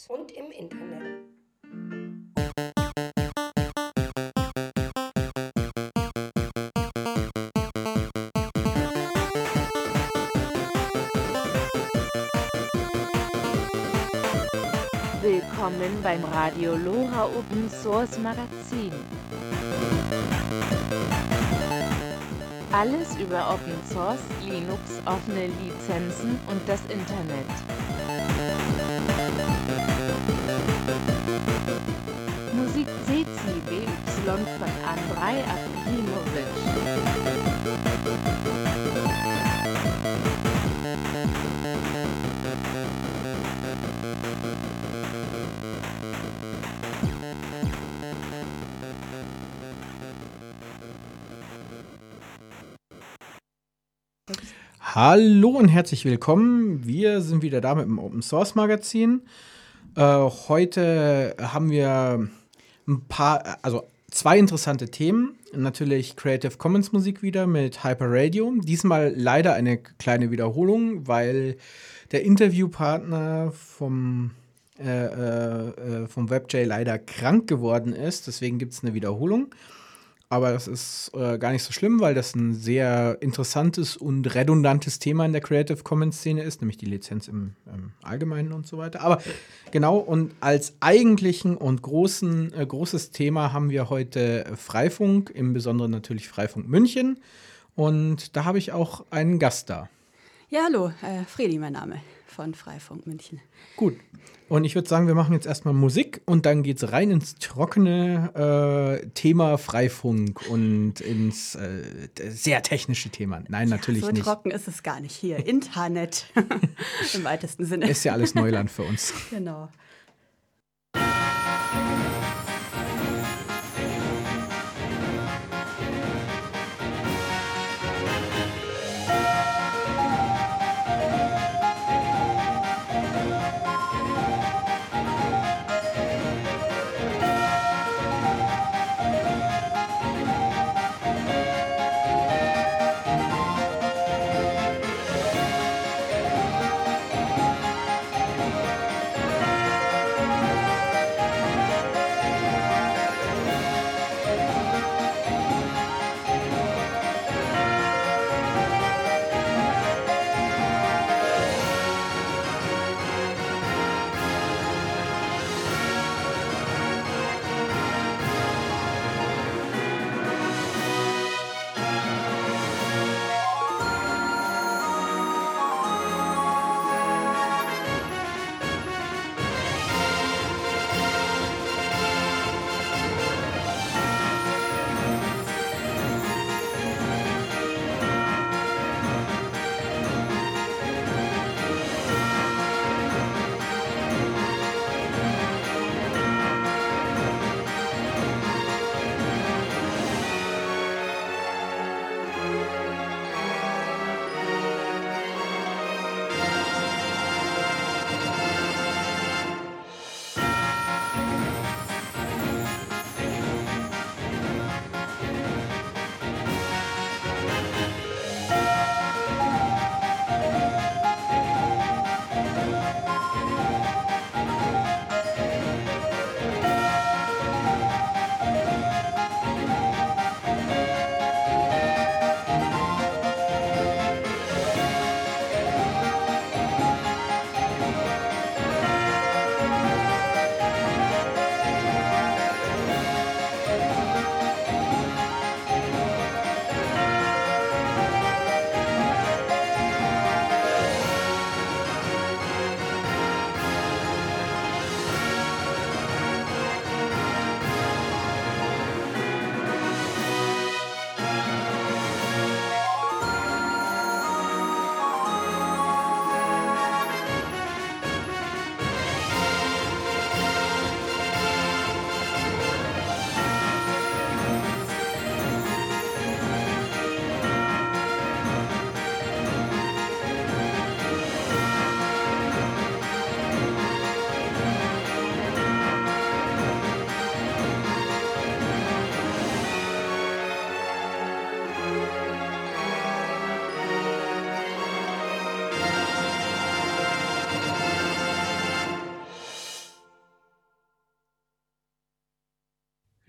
und im Internet. Willkommen beim Radio Lora Open Source Magazin. Alles über Open Source, Linux, offene Lizenzen und das Internet. Musik CCBY von Andrei Akimovic. Hallo und herzlich willkommen. Wir sind wieder da mit dem Open Source Magazin. Heute haben wir zwei interessante Themen. Natürlich Creative Commons Musik wieder mit Hyper Radio. Diesmal leider eine kleine Wiederholung, weil der Interviewpartner vom WebJ leider krank geworden ist. Deswegen gibt es eine Wiederholung. Aber das ist gar nicht so schlimm, weil das ein sehr interessantes und redundantes Thema in der Creative Commons-Szene ist, nämlich die Lizenz im Allgemeinen und so weiter. Aber genau, und als eigentlichen und großes Thema haben wir heute Freifunk, im Besonderen natürlich Freifunk München. Und da habe ich auch einen Gast da. Ja, hallo, Fredi, mein Name, von Freifunk München. Gut. Und ich würde sagen, wir machen jetzt erstmal Musik und dann geht's rein ins trockene Thema Freifunk und ins sehr technische Thema. Nein, natürlich so nicht. So trocken ist es gar nicht hier. Internet im weitesten Sinne. Ist ja alles Neuland für uns. Genau.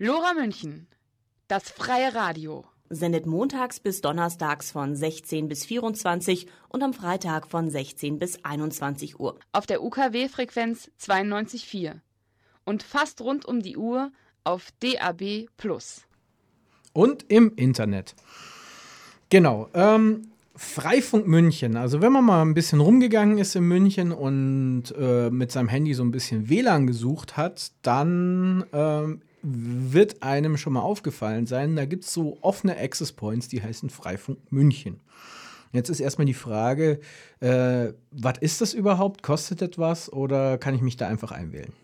Lora München, das freie Radio. Sendet montags bis donnerstags von 16 bis 24 und am Freitag von 16 bis 21 Uhr. Auf der UKW-Frequenz 92,4 und fast rund um die Uhr auf DAB+. Und im Internet. Genau. Freifunk München. Also wenn man mal ein bisschen rumgegangen ist in München und mit seinem Handy so ein bisschen WLAN gesucht hat, dann wird einem schon mal aufgefallen sein, da gibt es so offene Access Points, die heißen Freifunk München. Jetzt ist erstmal die Frage, was ist das überhaupt? Kostet das was oder kann ich mich da einfach einwählen?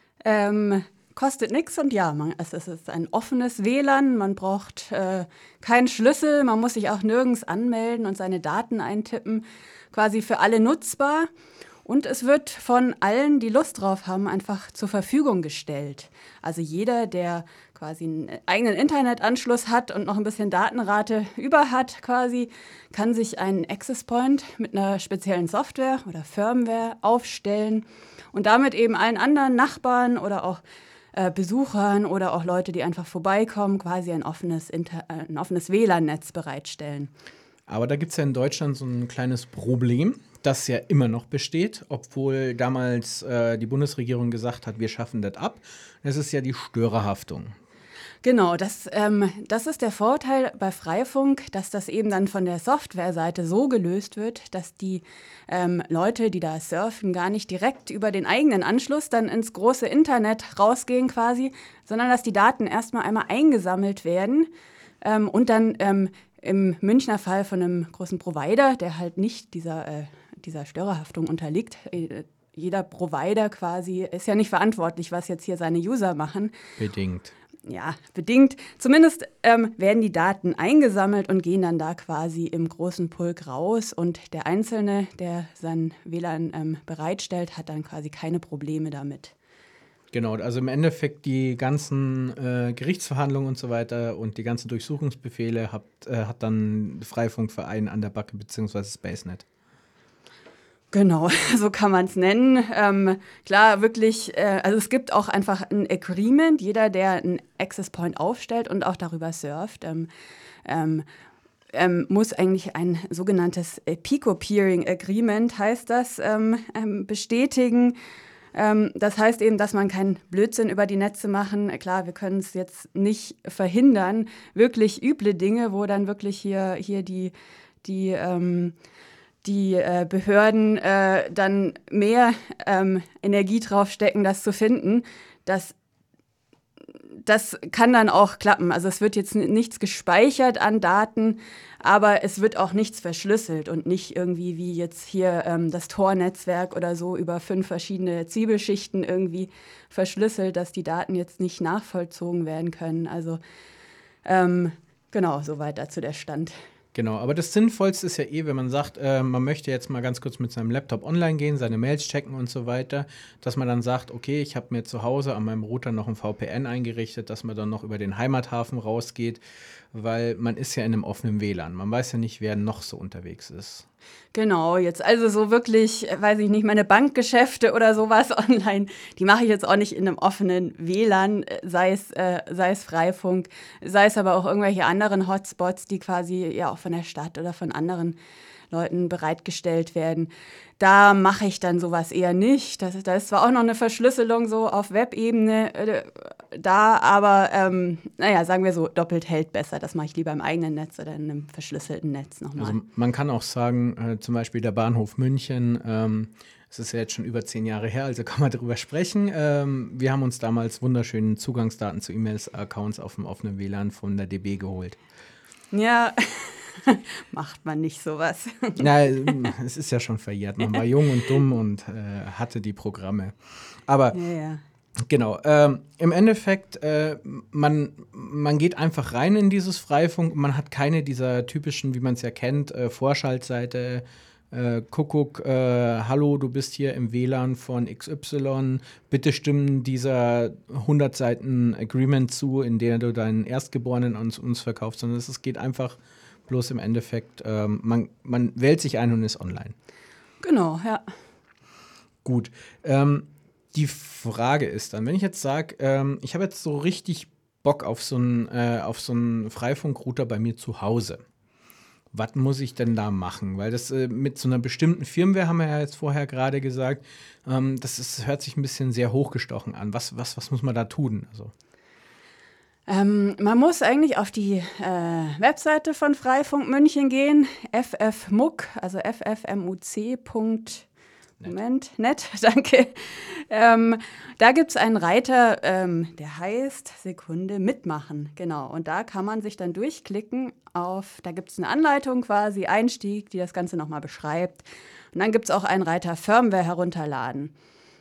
Kostet nichts und ja, es ist ein offenes WLAN, man braucht keinen Schlüssel, man muss sich auch nirgends anmelden und seine Daten eintippen, quasi für alle nutzbar. Und es wird von allen, die Lust drauf haben, einfach zur Verfügung gestellt. Also jeder, der quasi einen eigenen Internetanschluss hat und noch ein bisschen Datenrate über hat quasi, kann sich einen Access Point mit einer speziellen Software oder Firmware aufstellen und damit eben allen anderen Nachbarn oder auch Besuchern oder auch Leute, die einfach vorbeikommen, quasi ein offenes WLAN-Netz bereitstellen. Aber da gibt es ja in Deutschland so ein kleines Problem, das ja immer noch besteht, obwohl damals die Bundesregierung gesagt hat, wir schaffen das ab. Das ist ja die Störerhaftung. Genau, das ist der Vorteil bei Freifunk, dass das eben dann von der Softwareseite so gelöst wird, dass die Leute, die da surfen, gar nicht direkt über den eigenen Anschluss dann ins große Internet rausgehen quasi, sondern dass die Daten erstmal einmal eingesammelt werden und dann im Münchner Fall von einem großen Provider, der halt nicht dieser Störerhaftung unterliegt. Jeder Provider quasi ist ja nicht verantwortlich, was jetzt hier seine User machen. Bedingt. Ja, bedingt. Zumindest werden die Daten eingesammelt und gehen dann da quasi im großen Pulk raus. Und der Einzelne, der sein WLAN bereitstellt, hat dann quasi keine Probleme damit. Genau, also im Endeffekt die ganzen Gerichtsverhandlungen und so weiter und die ganzen Durchsuchungsbefehle hat dann Freifunkverein an der Backe bzw. SpaceNet. Genau, so kann man es nennen. Klar, wirklich, also es gibt auch einfach ein Agreement. Jeder, der einen Access Point aufstellt und auch darüber surft, muss eigentlich ein sogenanntes Pico-Peering Agreement, heißt das, bestätigen. Das heißt eben, dass man keinen Blödsinn über die Netze machen. Klar, wir können es jetzt nicht verhindern. Wirklich üble Dinge, wo dann wirklich hier die Behörden dann mehr Energie drauf stecken, das zu finden. Das kann dann auch klappen. Also es wird jetzt nichts gespeichert an Daten, aber es wird auch nichts verschlüsselt und nicht irgendwie wie jetzt hier das Tor-Netzwerk oder so über 5 verschiedene Zwiebelschichten irgendwie verschlüsselt, dass die Daten jetzt nicht nachvollzogen werden können. Also genau, soweit dazu der Stand. Genau, aber das Sinnvollste ist ja wenn man sagt, man möchte jetzt mal ganz kurz mit seinem Laptop online gehen, seine Mails checken und so weiter, dass man dann sagt, okay, ich habe mir zu Hause an meinem Router noch ein VPN eingerichtet, dass man dann noch über den Heimathafen rausgeht, weil man ist ja in einem offenen WLAN. Man weiß ja nicht, wer noch so unterwegs ist. Genau, jetzt also so wirklich, weiß ich nicht, meine Bankgeschäfte oder sowas online, die mache ich jetzt auch nicht in einem offenen WLAN, sei es Freifunk, sei es aber auch irgendwelche anderen Hotspots, die quasi ja auch von der Stadt oder von anderen Leuten bereitgestellt werden. Da mache ich dann sowas eher nicht. Da ist zwar auch noch eine Verschlüsselung so auf Webebene aber sagen wir so, doppelt hält besser. Das mache ich lieber im eigenen Netz oder in einem verschlüsselten Netz nochmal. Also man kann auch sagen, zum Beispiel der Bahnhof München, es ist ja jetzt schon über 10 Jahre her, also kann man darüber sprechen. Wir haben uns damals wunderschöne Zugangsdaten zu E-Mails-Accounts auf dem offenen WLAN von der DB geholt. Ja, macht man nicht sowas. Nein, es ist ja schon verjährt. Man war jung und dumm und hatte die Programme. Aber ja. Genau, im Endeffekt, man geht einfach rein in dieses Freifunk. Man hat keine dieser typischen, wie man es ja kennt, Vorschaltseite, Kuckuck, hallo, du bist hier im WLAN von XY, bitte stimmen dieser 100 Seiten Agreement zu, in der du deinen Erstgeborenen uns verkaufst, sondern es geht einfach bloß im Endeffekt, man wählt sich ein und ist online. Genau, ja. Gut, die Frage ist dann, wenn ich jetzt sage, ich habe jetzt so richtig Bock auf so einen Freifunkrouter bei mir zu Hause. Was muss ich denn da machen? Weil das mit so einer bestimmten Firmware, haben wir ja jetzt vorher gerade gesagt, hört sich ein bisschen sehr hochgestochen an. Was muss man da tun? Also. Man muss eigentlich auf die Webseite von Freifunk München gehen, ffmuc, also ffmuc.net, danke. Da gibt es einen Reiter, der heißt, Sekunde, mitmachen, genau. Und da kann man sich dann durchklicken da gibt es eine Anleitung quasi, Einstieg, die das Ganze nochmal beschreibt. Und dann gibt es auch einen Reiter Firmware herunterladen.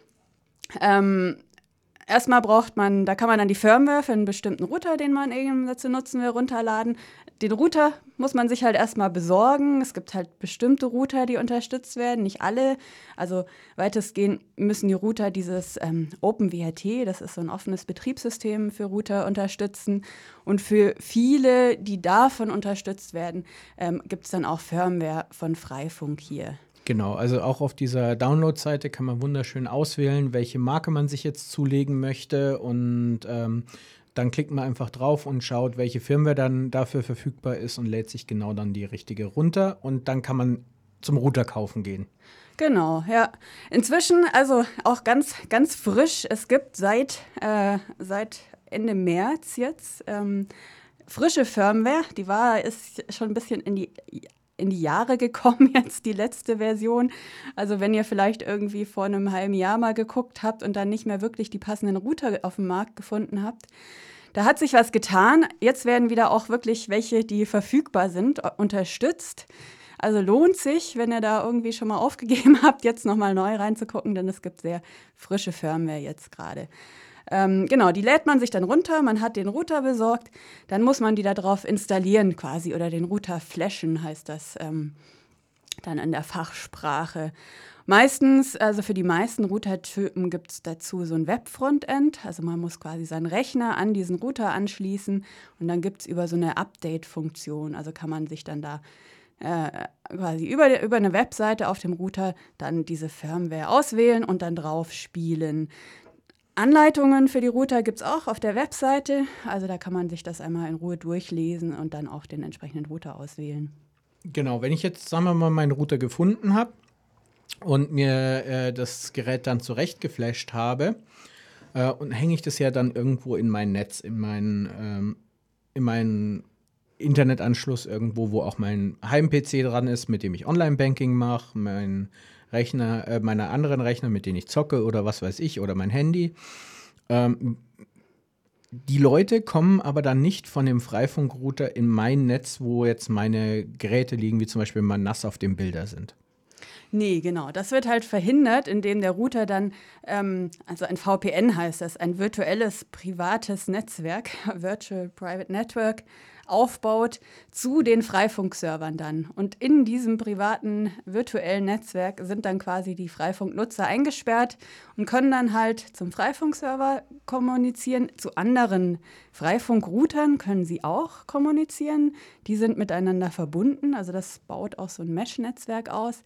Erstmal da kann man dann die Firmware für einen bestimmten Router, den man eben dazu nutzen will, runterladen. Den Router muss man sich halt erstmal besorgen. Es gibt halt bestimmte Router, die unterstützt werden, nicht alle. Also weitestgehend müssen die Router dieses OpenWRT, das ist so ein offenes Betriebssystem für Router, unterstützen. Und für viele, die davon unterstützt werden, gibt es dann auch Firmware von Freifunk hier. Genau, also auch auf dieser Download-Seite kann man wunderschön auswählen, welche Marke man sich jetzt zulegen möchte und dann klickt man einfach drauf und schaut, welche Firmware dann dafür verfügbar ist und lädt sich genau dann die richtige runter und dann kann man zum Router kaufen gehen. Genau, ja. Inzwischen, also auch ganz, ganz frisch, es gibt seit Ende März jetzt frische Firmware, ist schon ein bisschen in die Jahre gekommen, jetzt die letzte Version. Also wenn ihr vielleicht irgendwie vor einem halben Jahr mal geguckt habt und dann nicht mehr wirklich die passenden Router auf dem Markt gefunden habt, da hat sich was getan. Jetzt werden wieder auch wirklich welche, die verfügbar sind, unterstützt. Also lohnt sich, wenn ihr da irgendwie schon mal aufgegeben habt, jetzt nochmal neu reinzugucken, denn es gibt sehr frische Firmware jetzt gerade. Genau, die lädt man sich dann runter, man hat den Router besorgt, dann muss man die da drauf installieren quasi oder den Router flashen, heißt das dann in der Fachsprache. Meistens, also für die meisten Routertypen gibt es dazu so ein Web-Frontend, also man muss quasi seinen Rechner an diesen Router anschließen und dann gibt es über so eine Update-Funktion, also kann man sich dann da quasi über eine Webseite auf dem Router dann diese Firmware auswählen und dann drauf spielen. Anleitungen für die Router gibt es auch auf der Webseite. Also da kann man sich das einmal in Ruhe durchlesen und dann auch den entsprechenden Router auswählen. Genau, wenn ich jetzt, sagen wir mal, meinen Router gefunden habe und mir das Gerät dann zurecht geflasht habe, und hänge ich das ja dann irgendwo in mein Netz, in meinen Internetanschluss irgendwo, wo auch mein Heim-PC dran ist, mit dem ich Online-Banking mache, mein Rechner, meine anderen Rechner, mit denen ich zocke oder was weiß ich, oder mein Handy. Die Leute kommen aber dann nicht von dem Freifunkrouter in mein Netz, wo jetzt meine Geräte liegen, wie zum Beispiel mal NAS auf dem Bilder sind. Nee, genau. Das wird halt verhindert, indem der Router dann, also ein VPN heißt das, ein virtuelles privates Netzwerk, Virtual Private Network, aufbaut zu den Freifunkservern dann. Und in diesem privaten virtuellen Netzwerk sind dann quasi die Freifunknutzer eingesperrt und können dann halt zum Freifunkserver kommunizieren. Zu anderen Freifunkroutern können sie auch kommunizieren. Die sind miteinander verbunden. Also das baut auch so ein Mesh-Netzwerk auf.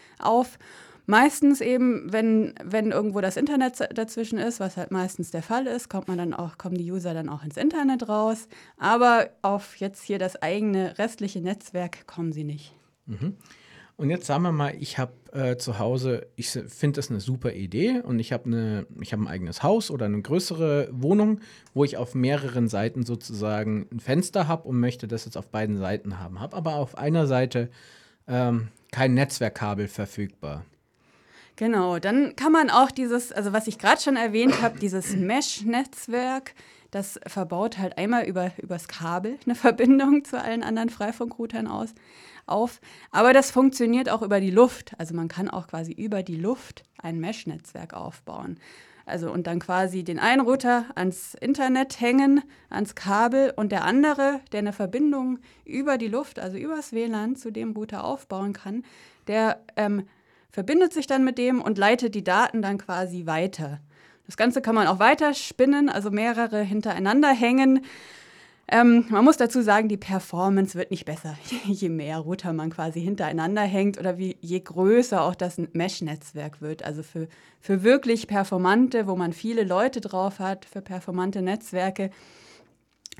Meistens eben, wenn irgendwo das Internet dazwischen ist, was halt meistens der Fall ist, kommen die User dann auch ins Internet raus. Aber auf jetzt hier das eigene restliche Netzwerk kommen sie nicht. Mhm. Und jetzt sagen wir mal, ich habe zu Hause, ich finde das eine super Idee und ich habe ein eigenes Haus oder eine größere Wohnung, wo ich auf mehreren Seiten sozusagen ein Fenster habe und möchte das jetzt auf beiden Seiten haben. Habe aber auf einer Seite kein Netzwerkkabel verfügbar. Genau, dann kann man auch also was ich gerade schon erwähnt habe, dieses Mesh-Netzwerk, das verbaut halt einmal übers Kabel eine Verbindung zu allen anderen Freifunkroutern auf. Aber das funktioniert auch über die Luft. Also man kann auch quasi über die Luft ein Mesh-Netzwerk aufbauen. Also und dann quasi den einen Router ans Internet hängen, ans Kabel und der andere, der eine Verbindung über die Luft, also übers WLAN zu dem Router aufbauen kann, der verbindet sich dann mit dem und leitet die Daten dann quasi weiter. Das Ganze kann man auch weiter spinnen, also mehrere hintereinander hängen. Man muss dazu sagen, die Performance wird nicht besser, je mehr Router man quasi hintereinander hängt oder je größer auch das Mesh-Netzwerk wird. Also für wirklich performante, wo man viele Leute drauf hat, für performante Netzwerke,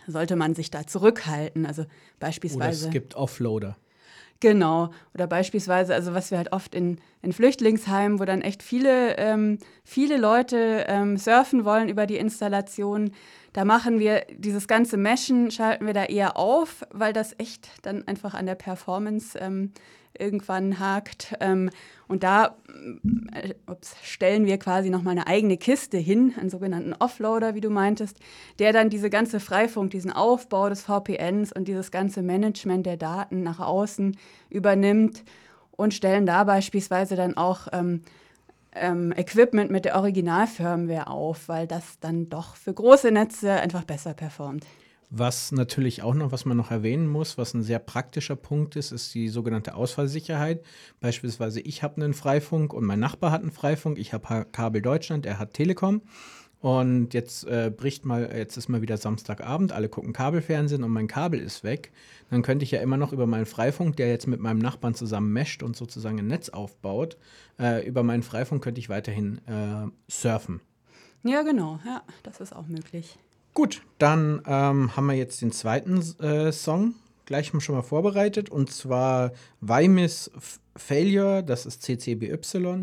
sollte man sich da zurückhalten. Also beispielsweise. Oder es gibt Offloader. Genau. Oder beispielsweise, also was wir halt oft in Flüchtlingsheimen, wo dann echt viele Leute surfen wollen über die Installation, da machen wir dieses ganze Meshen, schalten wir da eher auf, weil das echt dann einfach an der Performance irgendwann hakt. Und da stellen wir quasi nochmal eine eigene Kiste hin, einen sogenannten Offloader, wie du meintest, der dann diese ganze Freifunk, diesen Aufbau des VPNs und dieses ganze Management der Daten nach außen übernimmt und stellen da beispielsweise dann auch Equipment mit der Original-Firmware auf, weil das dann doch für große Netze einfach besser performt. Was natürlich auch noch, was man noch erwähnen muss, was ein sehr praktischer Punkt ist, ist die sogenannte Ausfallsicherheit. Beispielsweise ich habe einen Freifunk und mein Nachbar hat einen Freifunk. Ich habe Kabel Deutschland, er hat Telekom. Und jetzt jetzt ist mal wieder Samstagabend, alle gucken Kabelfernsehen und mein Kabel ist weg. Dann könnte ich ja immer noch über meinen Freifunk, der jetzt mit meinem Nachbarn zusammen mescht und sozusagen ein Netz aufbaut, über meinen Freifunk könnte ich weiterhin surfen. Ja, genau. Ja, das ist auch möglich. Gut, dann haben wir jetzt den zweiten Song gleich schon mal vorbereitet, und zwar Waimis Failure, das ist CCBY.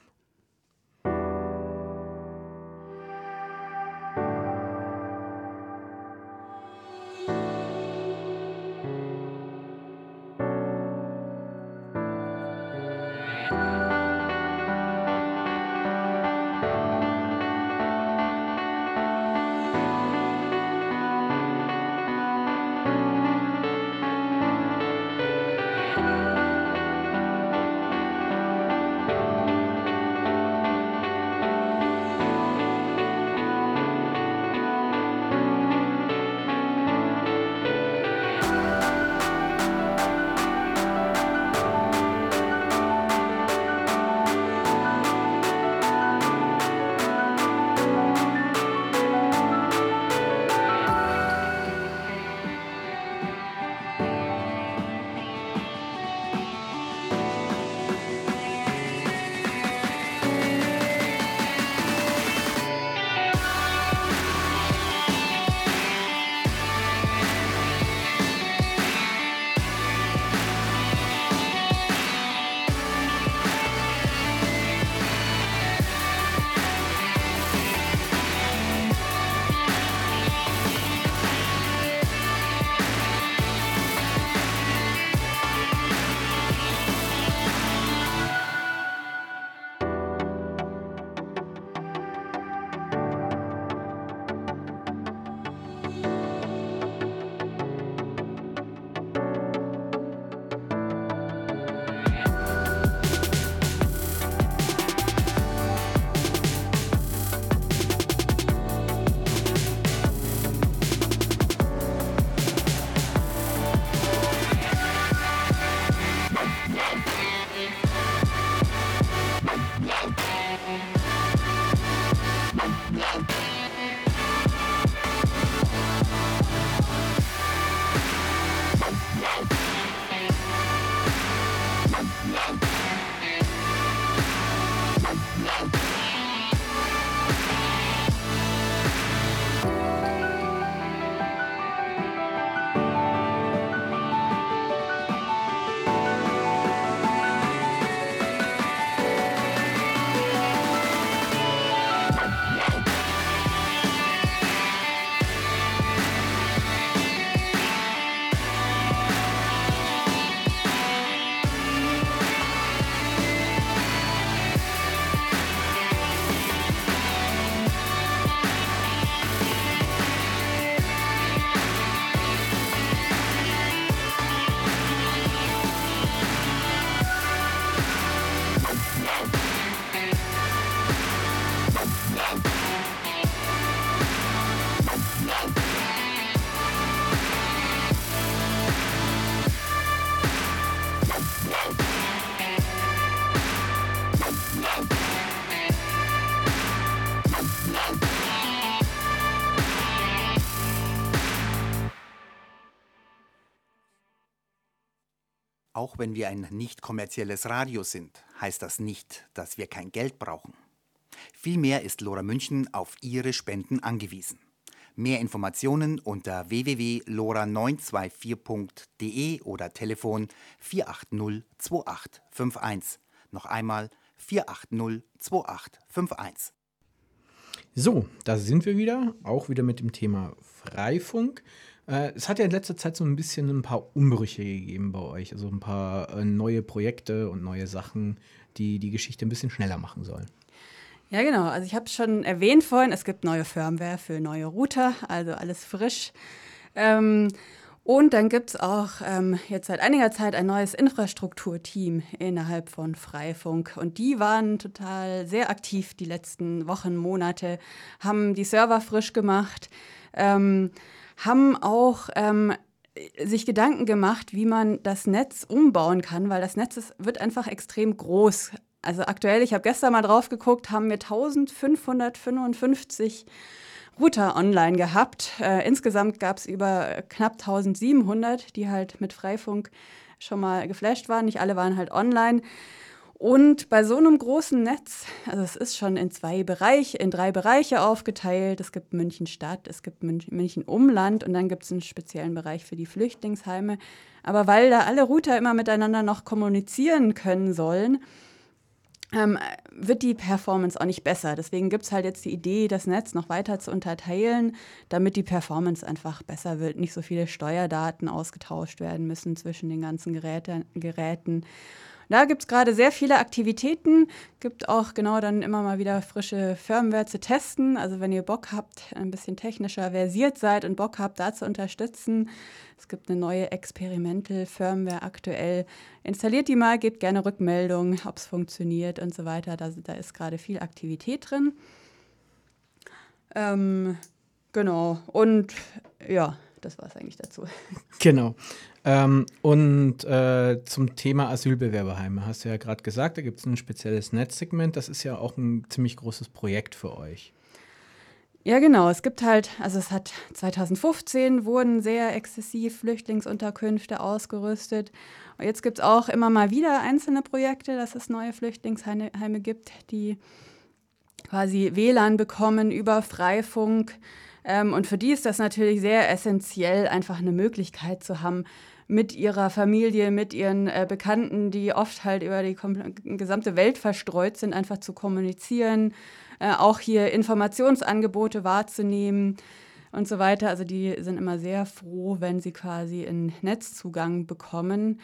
Auch wenn wir ein nicht kommerzielles Radio sind, heißt das nicht, dass wir kein Geld brauchen. Vielmehr ist Lora München auf Ihre Spenden angewiesen. Mehr Informationen unter www.lora924.de oder Telefon 480 2851. Noch einmal 480 2851. So, da sind wir wieder, auch wieder mit dem Thema Freifunk. Es hat ja in letzter Zeit so ein bisschen ein paar Umbrüche gegeben bei euch, also ein paar neue Projekte und neue Sachen, die die Geschichte ein bisschen schneller machen sollen. Ja, genau. Also ich habe es schon erwähnt vorhin, es gibt neue Firmware für neue Router, also alles frisch. Und dann gibt es auch jetzt seit einiger Zeit ein neues Infrastrukturteam innerhalb von Freifunk. Und die waren total sehr aktiv die letzten Wochen, Monate, haben die Server frisch gemacht, haben auch sich Gedanken gemacht, wie man das Netz umbauen kann, weil das Netz wird einfach extrem groß. Also aktuell, ich habe gestern mal drauf geguckt, haben wir 1555 Router online gehabt. Insgesamt gab es über knapp 1700, die halt mit Freifunk schon mal geflasht waren. Nicht alle waren halt online. Und bei so einem großen Netz, also es ist schon in drei Bereiche aufgeteilt. Es gibt München-Stadt, es gibt München-Umland und dann gibt es einen speziellen Bereich für die Flüchtlingsheime. Aber weil da alle Router immer miteinander noch kommunizieren können sollen, wird die Performance auch nicht besser. Deswegen gibt es halt jetzt die Idee, das Netz noch weiter zu unterteilen, damit die Performance einfach besser wird, nicht so viele Steuerdaten ausgetauscht werden müssen zwischen den ganzen Geräten. Da gibt es gerade sehr viele Aktivitäten, gibt auch genau dann immer mal wieder frische Firmware zu testen. Also wenn ihr Bock habt, ein bisschen technischer versiert seid und Bock habt, da zu unterstützen, es gibt eine neue Experimental-Firmware aktuell. Installiert die mal, gebt gerne Rückmeldungen, ob es funktioniert und so weiter. Da ist gerade viel Aktivität drin. Genau, und ja, das war es eigentlich dazu. Genau. Und zum Thema Asylbewerberheime hast du ja gerade gesagt, da gibt es ein spezielles Netzsegment. Das ist ja auch ein ziemlich großes Projekt für euch. Ja, genau. Es gibt halt, also es hat 2015 wurden sehr exzessiv Flüchtlingsunterkünfte ausgerüstet. Und jetzt gibt es auch immer mal wieder einzelne Projekte, dass es neue Flüchtlingsheime gibt, die quasi WLAN bekommen über Freifunk. Und für die ist das natürlich sehr essentiell, einfach eine Möglichkeit zu haben, mit ihrer Familie, mit ihren Bekannten, die oft halt über die gesamte Welt verstreut sind, einfach zu kommunizieren, auch hier Informationsangebote wahrzunehmen und so weiter. Also die sind immer sehr froh, wenn sie quasi einen Netzzugang bekommen.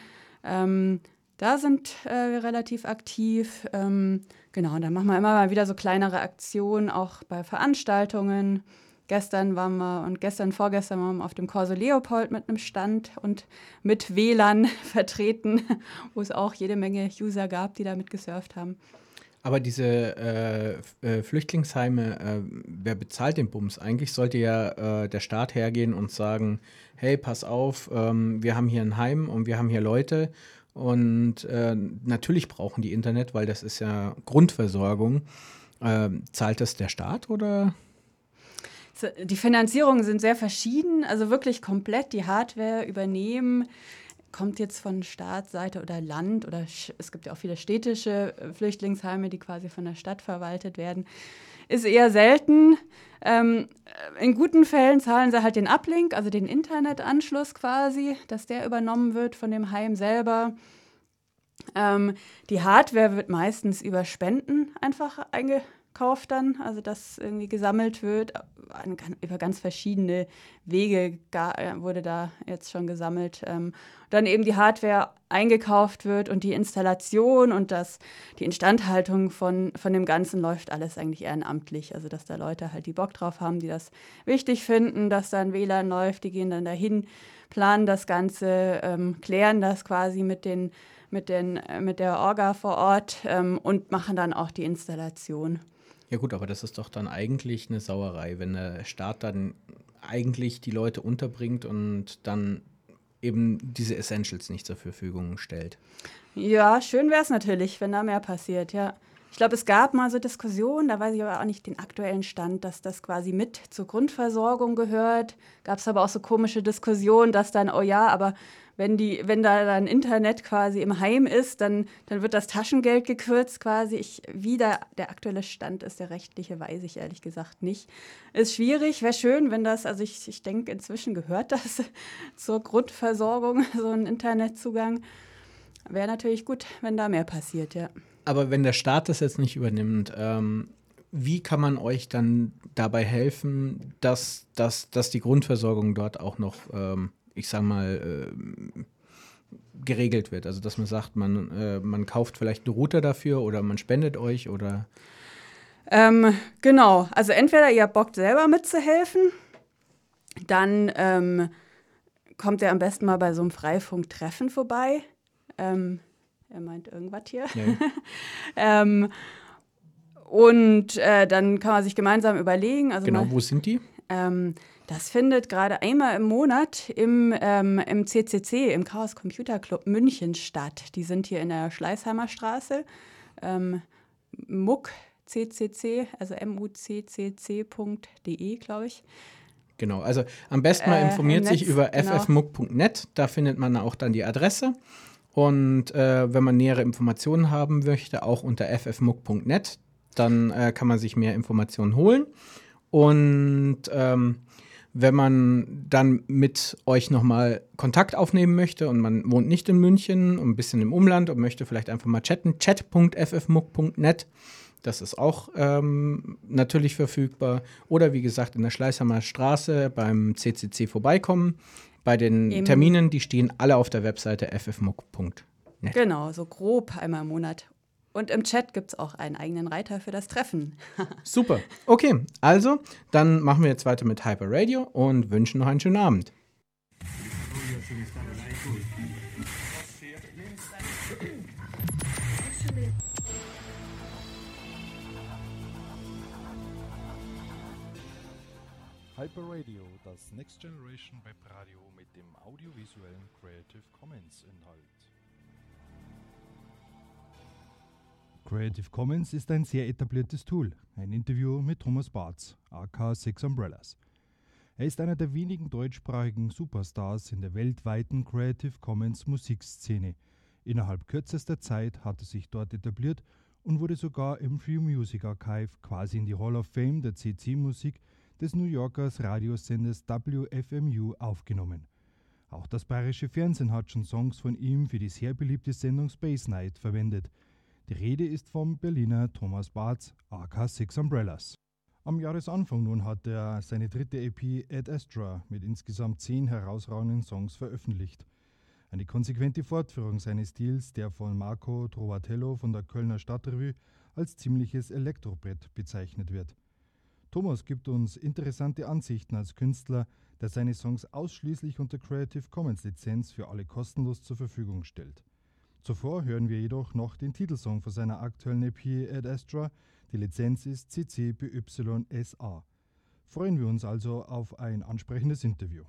Da sind wir relativ aktiv. Genau, und dann machen wir immer mal wieder so kleinere Aktionen, auch bei Veranstaltungen. Vorgestern waren wir auf dem Corso Leopold mit einem Stand und mit WLAN vertreten, wo es auch jede Menge User gab, die damit gesurft haben. Aber diese Flüchtlingsheime, wer bezahlt den Bums? Eigentlich sollte ja der Staat hergehen und sagen, hey, pass auf, wir haben hier ein Heim und wir haben hier Leute und natürlich brauchen die Internet, weil das ist ja Grundversorgung. Zahlt das der Staat oder? Die Finanzierungen sind sehr verschieden, also wirklich komplett die Hardware übernehmen, kommt jetzt von Staatsseite oder Land oder es gibt ja auch viele städtische Flüchtlingsheime, die quasi von der Stadt verwaltet werden, ist eher selten. In guten Fällen zahlen sie halt den Uplink, also den Internetanschluss quasi, dass der übernommen wird von dem Heim selber. Die Hardware wird meistens über Spenden einfach eingekauft dann, also dass irgendwie gesammelt wird. Über ganz verschiedene Wege wurde da jetzt schon gesammelt. Dann eben die Hardware eingekauft wird und die Installation und die Instandhaltung von dem Ganzen läuft alles eigentlich ehrenamtlich. Also dass da Leute halt die Bock drauf haben, die das wichtig finden, dass da ein WLAN läuft, die gehen dann dahin, planen das Ganze, klären das quasi mit der Orga vor Ort und machen dann auch die Installation. Ja gut, aber das ist doch dann eigentlich eine Sauerei, wenn der Staat dann eigentlich die Leute unterbringt und dann eben diese Essentials nicht zur Verfügung stellt. Ja, schön wäre es natürlich, wenn da mehr passiert, ja. Ich glaube, es gab mal so Diskussionen, da weiß ich aber auch nicht den aktuellen Stand, dass das quasi mit zur Grundversorgung gehört. Gab es aber auch so komische Diskussionen, dass dann, oh ja, aber wenn da dann Internet quasi im Heim ist, dann wird das Taschengeld gekürzt quasi. Wie der aktuelle Stand ist, der rechtliche, weiß ich ehrlich gesagt nicht. Ist schwierig, wäre schön, wenn das, also ich denke, inzwischen gehört das zur Grundversorgung, so ein Internetzugang. Wäre natürlich gut, wenn da mehr passiert, ja. Aber wenn der Staat das jetzt nicht übernimmt, wie kann man euch dann dabei helfen, dass die Grundversorgung dort auch noch, ich sag mal, geregelt wird? Also, dass man sagt, man kauft vielleicht einen Router dafür oder man spendet euch oder? Genau, also entweder ihr habt Bock selber mitzuhelfen, dann kommt ihr am besten mal bei so einem Freifunk-Treffen vorbei. Er meint irgendwas hier. Ja. Und dann kann man sich gemeinsam überlegen. Also Genau, wo sind die? Das findet gerade einmal im Monat im CCC, im Chaos Computer Club München statt. Die sind hier in der Schleißheimer Straße. MUC CCC, also muccc.de, glaube ich. Genau, also am besten man informiert sich über genau. ffmuck.net, da findet man auch dann die Adresse. Und wenn man nähere Informationen haben möchte, auch unter ffmuck.net, dann kann man sich mehr Informationen holen. Und wenn man dann mit euch nochmal Kontakt aufnehmen möchte und man wohnt nicht in München und ein bisschen im Umland und möchte vielleicht einfach mal chatten, chat.ffmuck.net, das ist auch natürlich verfügbar. Oder wie gesagt, in der Schleißheimer Straße beim CCC vorbeikommen. Bei den Terminen, die stehen alle auf der Webseite ffmuck.net. Genau, so grob einmal im Monat. Und im Chat gibt es auch einen eigenen Reiter für das Treffen. Super. Okay, also dann machen wir jetzt weiter mit Hyper Radio und wünschen noch einen schönen Abend. Hyper Radio, das Next Generation Webradio mit dem audiovisuellen Creative Commons Inhalt. Creative Commons ist ein sehr etabliertes Tool. Ein Interview mit Thomas Bartz, aka Six Umbrellas. Er ist einer der wenigen deutschsprachigen Superstars in der weltweiten Creative Commons Musikszene. Innerhalb kürzester Zeit hat er sich dort etabliert und wurde sogar im Free Music Archive quasi in die Hall of Fame der CC-Musik des New Yorkers Radiosenders WFMU aufgenommen. Auch das bayerische Fernsehen hat schon Songs von ihm für die sehr beliebte Sendung Space Night verwendet. Die Rede ist vom Berliner Thomas Bartz, aka Six Umbrellas. Am Jahresanfang nun hat er seine dritte EP Ad Astra mit insgesamt 10 herausragenden Songs veröffentlicht. Eine konsequente Fortführung seines Stils, der von Marco Trovatello von der Kölner Stadtrevue als ziemliches Elektrobrett bezeichnet wird. Thomas gibt uns interessante Ansichten als Künstler, der seine Songs ausschließlich unter Creative Commons Lizenz für alle kostenlos zur Verfügung stellt. Zuvor hören wir jedoch noch den Titelsong von seiner aktuellen EP Ad Astra. Die Lizenz ist CC BY SA. Freuen wir uns also auf ein ansprechendes Interview.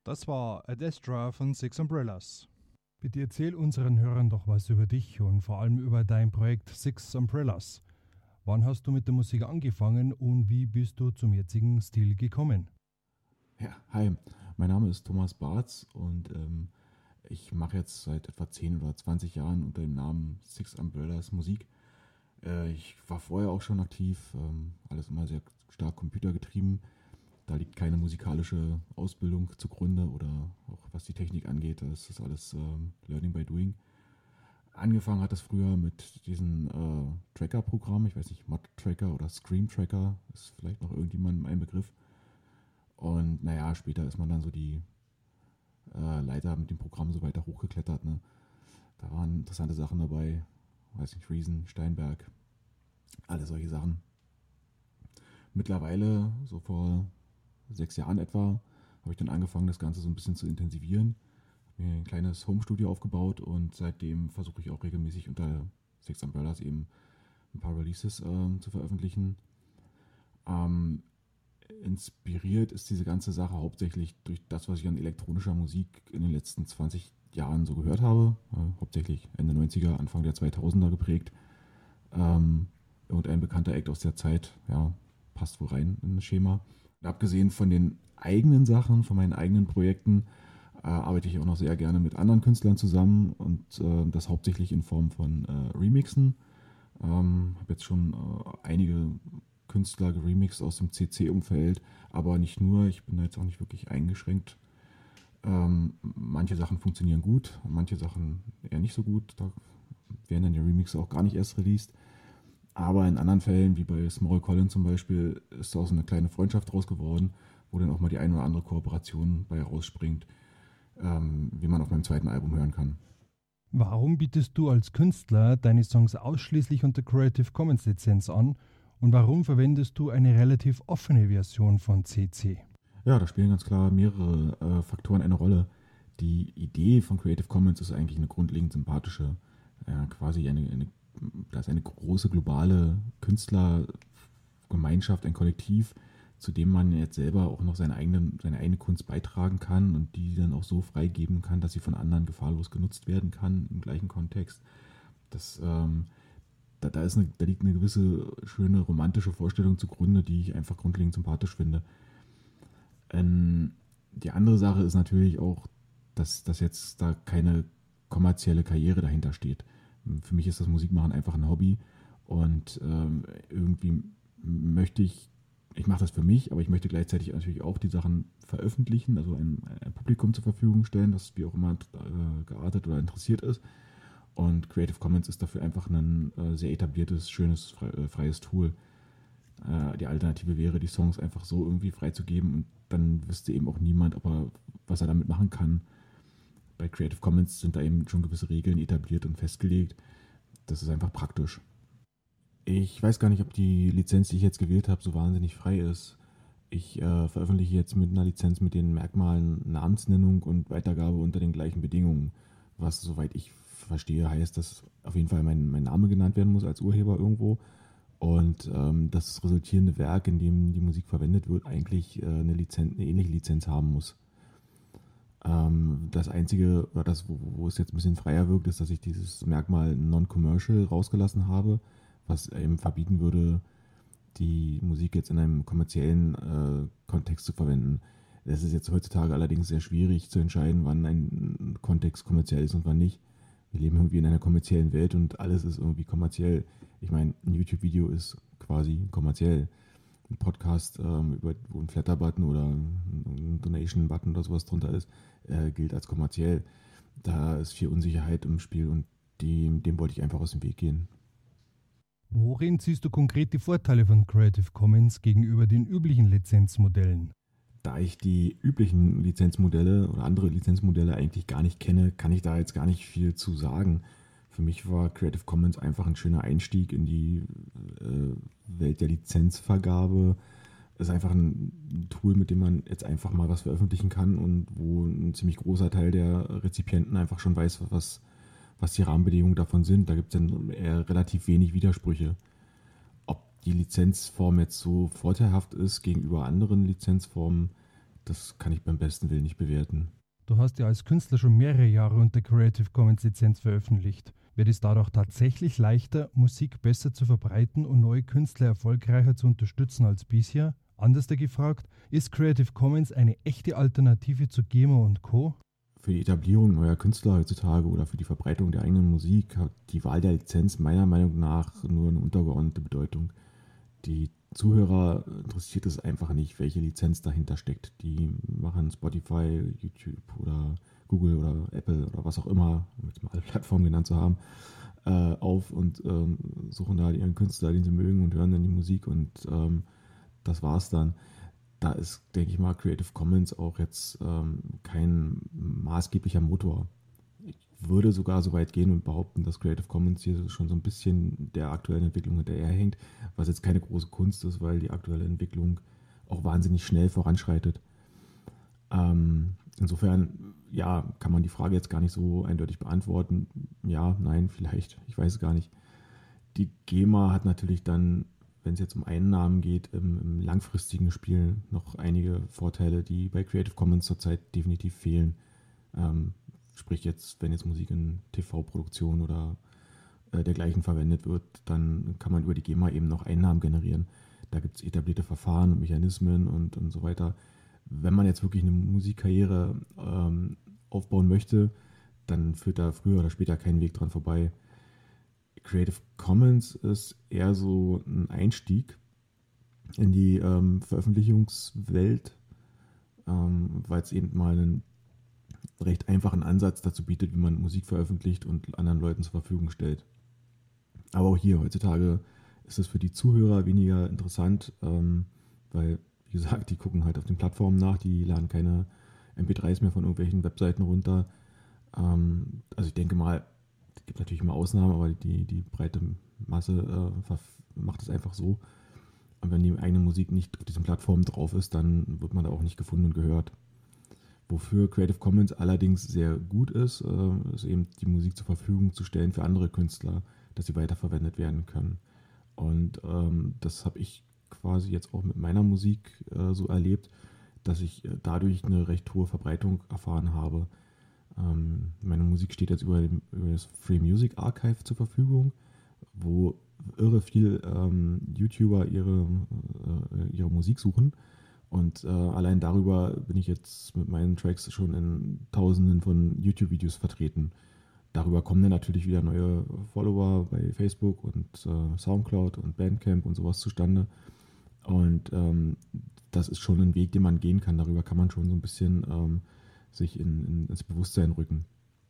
Das war Adestra von Six Umbrellas. Bitte erzähl unseren Hörern doch was über dich und vor allem über dein Projekt Six Umbrellas. Wann hast du mit der Musik angefangen und wie bist du zum jetzigen Stil gekommen? Ja, hi, mein Name ist Thomas Bartz und ich mache jetzt seit etwa 10 oder 20 Jahren unter dem Namen Six Umbrellas Musik. Ich war vorher auch schon aktiv, alles immer sehr stark computergetrieben. Da liegt keine musikalische Ausbildung zugrunde oder auch was die Technik angeht, das ist alles Learning by Doing. Angefangen hat das früher mit diesen Tracker-Programmen, ich weiß nicht, Mod-Tracker oder Scream-Tracker, ist vielleicht noch irgendjemandem ein Begriff. Und naja, später ist man dann so die Leiter mit dem Programm so weiter hochgeklettert. Ne? Da waren interessante Sachen dabei, weiß nicht, Reason, Steinberg, alle solche Sachen. Mittlerweile, so vor 6 Jahren etwa, habe ich dann angefangen, das Ganze so ein bisschen zu intensivieren. Habe mir ein kleines Homestudio aufgebaut und seitdem versuche ich auch regelmäßig unter Six Umbrellas eben ein paar Releases zu veröffentlichen. Inspiriert ist diese ganze Sache hauptsächlich durch das, was ich an elektronischer Musik in den letzten 20 Jahren so gehört habe. Hauptsächlich Ende 90er, Anfang der 2000er geprägt. Und ein bekannter Act aus der Zeit, ja, passt wohl rein in das Schema. Und abgesehen von den eigenen Sachen, von meinen eigenen Projekten, arbeite ich auch noch sehr gerne mit anderen Künstlern zusammen und das hauptsächlich in Form von Remixen. Habe jetzt schon einige Künstler geremixed aus dem CC-Umfeld, aber nicht nur, ich bin da jetzt auch nicht wirklich eingeschränkt. Manche Sachen funktionieren gut, manche Sachen eher nicht so gut, da werden dann die Remixe auch gar nicht erst released. Aber in anderen Fällen, wie bei Small Colin zum Beispiel, ist da auch so eine kleine Freundschaft draus geworden, wo dann auch mal die eine oder andere Kooperation bei rausspringt, wie man auf meinem zweiten Album hören kann. Warum bietest du als Künstler deine Songs ausschließlich unter Creative Commons Lizenz an und warum verwendest du eine relativ offene Version von CC? Ja, da spielen ganz klar mehrere Faktoren eine Rolle. Die Idee von Creative Commons ist eigentlich eine grundlegend sympathische, quasi da ist eine große globale Künstlergemeinschaft, ein Kollektiv, zu dem man jetzt selber auch noch seine eigene Kunst beitragen kann und die dann auch so freigeben kann, dass sie von anderen gefahrlos genutzt werden kann im gleichen Kontext. Da liegt eine gewisse schöne romantische Vorstellung zugrunde, die ich einfach grundlegend sympathisch finde. Die andere Sache ist natürlich auch, dass jetzt da keine kommerzielle Karriere dahinter steht. Für mich ist das Musikmachen einfach ein Hobby und irgendwie möchte ich mache das für mich, aber ich möchte gleichzeitig natürlich auch die Sachen veröffentlichen, also ein Publikum zur Verfügung stellen, das wie auch immer geartet oder interessiert ist. Und Creative Commons ist dafür einfach ein sehr etabliertes, schönes, freies Tool. Die Alternative wäre, die Songs einfach so irgendwie freizugeben und dann wüsste eben auch niemand, was er damit machen kann. Bei Creative Commons sind da eben schon gewisse Regeln etabliert und festgelegt. Das ist einfach praktisch. Ich weiß gar nicht, ob die Lizenz, die ich jetzt gewählt habe, so wahnsinnig frei ist. Ich veröffentliche jetzt mit einer Lizenz mit den Merkmalen Namensnennung und Weitergabe unter den gleichen Bedingungen. Was, soweit ich verstehe, heißt, dass auf jeden Fall mein Name genannt werden muss als Urheber irgendwo. Und das resultierende Werk, in dem die Musik verwendet wird, eigentlich eine ähnliche Lizenz haben muss. Das Einzige, oder das, wo es jetzt ein bisschen freier wirkt, ist, dass ich dieses Merkmal Non-Commercial rausgelassen habe, was eben verbieten würde, die Musik jetzt in einem kommerziellen Kontext zu verwenden. Das ist jetzt heutzutage allerdings sehr schwierig zu entscheiden, wann ein Kontext kommerziell ist und wann nicht. Wir leben irgendwie in einer kommerziellen Welt und alles ist irgendwie kommerziell. Ich meine, ein YouTube-Video ist quasi kommerziell. Ein Podcast, wo ein Flatter-Button oder ein Donation-Button oder sowas drunter ist, gilt als kommerziell. Da ist viel Unsicherheit im Spiel und dem wollte ich einfach aus dem Weg gehen. Worin siehst du konkret die Vorteile von Creative Commons gegenüber den üblichen Lizenzmodellen? Da ich die üblichen Lizenzmodelle oder andere Lizenzmodelle eigentlich gar nicht kenne, kann ich da jetzt gar nicht viel zu sagen. Für mich war Creative Commons einfach ein schöner Einstieg in die Welt der Lizenzvergabe. Es ist einfach ein Tool, mit dem man jetzt einfach mal was veröffentlichen kann und wo ein ziemlich großer Teil der Rezipienten einfach schon weiß, was die Rahmenbedingungen davon sind. Da gibt es dann eher relativ wenig Widersprüche. Ob die Lizenzform jetzt so vorteilhaft ist gegenüber anderen Lizenzformen, das kann ich beim besten Willen nicht bewerten. Du hast ja als Künstler schon mehrere Jahre unter Creative Commons Lizenz veröffentlicht. Wird es dadurch tatsächlich leichter, Musik besser zu verbreiten und neue Künstler erfolgreicher zu unterstützen als bisher? Anders gefragt, ist Creative Commons eine echte Alternative zu GEMA und Co.? Für die Etablierung neuer Künstler heutzutage oder für die Verbreitung der eigenen Musik hat die Wahl der Lizenz meiner Meinung nach nur eine untergeordnete Bedeutung. Die Zuhörer interessiert es einfach nicht, welche Lizenz dahinter steckt. Die machen Spotify, YouTube oder Google oder Apple oder was auch immer, um jetzt mal alle Plattformen genannt zu haben, auf und suchen da ihren Künstler, den sie mögen und hören dann die Musik und das war's dann. Da ist, denke ich mal, Creative Commons auch jetzt kein maßgeblicher Motor. Ich würde sogar so weit gehen und behaupten, dass Creative Commons hier schon so ein bisschen der aktuellen Entwicklung hinterherhängt, was jetzt keine große Kunst ist, weil die aktuelle Entwicklung auch wahnsinnig schnell voranschreitet. Insofern, ja, kann man die Frage jetzt gar nicht so eindeutig beantworten. Ja, nein, vielleicht, ich weiß es gar nicht. Die GEMA hat natürlich dann, wenn es jetzt um Einnahmen geht, im langfristigen Spiel noch einige Vorteile, die bei Creative Commons zurzeit definitiv fehlen. Sprich jetzt, wenn jetzt Musik in TV-Produktionen oder dergleichen verwendet wird, dann kann man über die GEMA eben noch Einnahmen generieren. Da gibt es etablierte Verfahren und Mechanismen und so weiter. Wenn man jetzt wirklich eine Musikkarriere aufbauen möchte, dann führt da früher oder später kein Weg dran vorbei. Creative Commons ist eher so ein Einstieg in die Veröffentlichungswelt, weil es eben mal einen recht einfachen Ansatz dazu bietet, wie man Musik veröffentlicht und anderen Leuten zur Verfügung stellt. Aber auch hier heutzutage ist es für die Zuhörer weniger interessant, weil, wie gesagt, die gucken halt auf den Plattformen nach, die laden keine MP3s mehr von irgendwelchen Webseiten runter. Also ich denke mal, es gibt natürlich immer Ausnahmen, aber die breite Masse macht es einfach so. Und wenn die eigene Musik nicht auf diesen Plattformen drauf ist, dann wird man da auch nicht gefunden und gehört. Wofür Creative Commons allerdings sehr gut ist, ist eben die Musik zur Verfügung zu stellen für andere Künstler, dass sie weiterverwendet werden können. Und das habe ich quasi jetzt auch mit meiner Musik so erlebt, dass ich dadurch eine recht hohe Verbreitung erfahren habe. Meine Musik steht jetzt über das Free Music Archive zur Verfügung, wo irre viel YouTuber ihre Musik suchen. Und allein darüber bin ich jetzt mit meinen Tracks schon in Tausenden von YouTube-Videos vertreten. Darüber kommen dann natürlich wieder neue Follower bei Facebook und Soundcloud und Bandcamp und sowas zustande. Und das ist schon ein Weg, den man gehen kann. Darüber kann man schon so ein bisschen sich ins Bewusstsein rücken.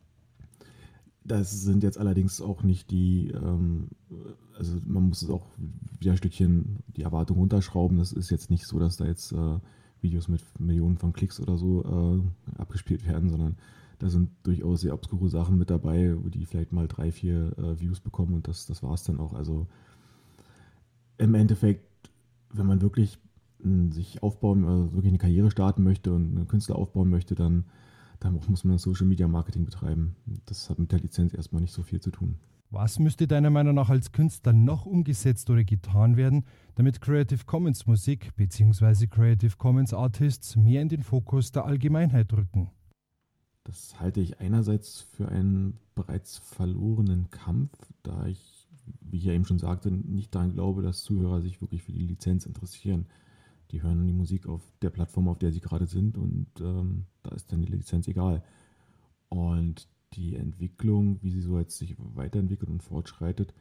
Das sind jetzt allerdings auch nicht die, also man muss es auch wieder ein Stückchen die Erwartung runterschrauben. Das ist jetzt nicht so, dass da jetzt Videos mit Millionen von Klicks oder so abgespielt werden, sondern da sind durchaus sehr obskure Sachen mit dabei, wo die vielleicht mal 3, 4 Views bekommen und das war es dann auch. Also im Endeffekt, wenn man wirklich sich aufbauen, also wirklich eine Karriere starten möchte und einen Künstler aufbauen möchte, dann muss man Social Media Marketing betreiben. Das hat mit der Lizenz erstmal nicht so viel zu tun. Was müsste deiner Meinung nach als Künstler noch umgesetzt oder getan werden, damit Creative Commons Musik bzw. Creative Commons Artists mehr in den Fokus der Allgemeinheit rücken? Das halte ich einerseits für einen bereits verlorenen Kampf, da ich, wie ich ja eben schon sagte, nicht daran glaube, dass Zuhörer sich wirklich für die Lizenz interessieren. Die hören die Musik auf der Plattform, auf der sie gerade sind und da ist dann die Lizenz egal. Und die Entwicklung, wie sie so jetzt sich weiterentwickelt und fortschreitet,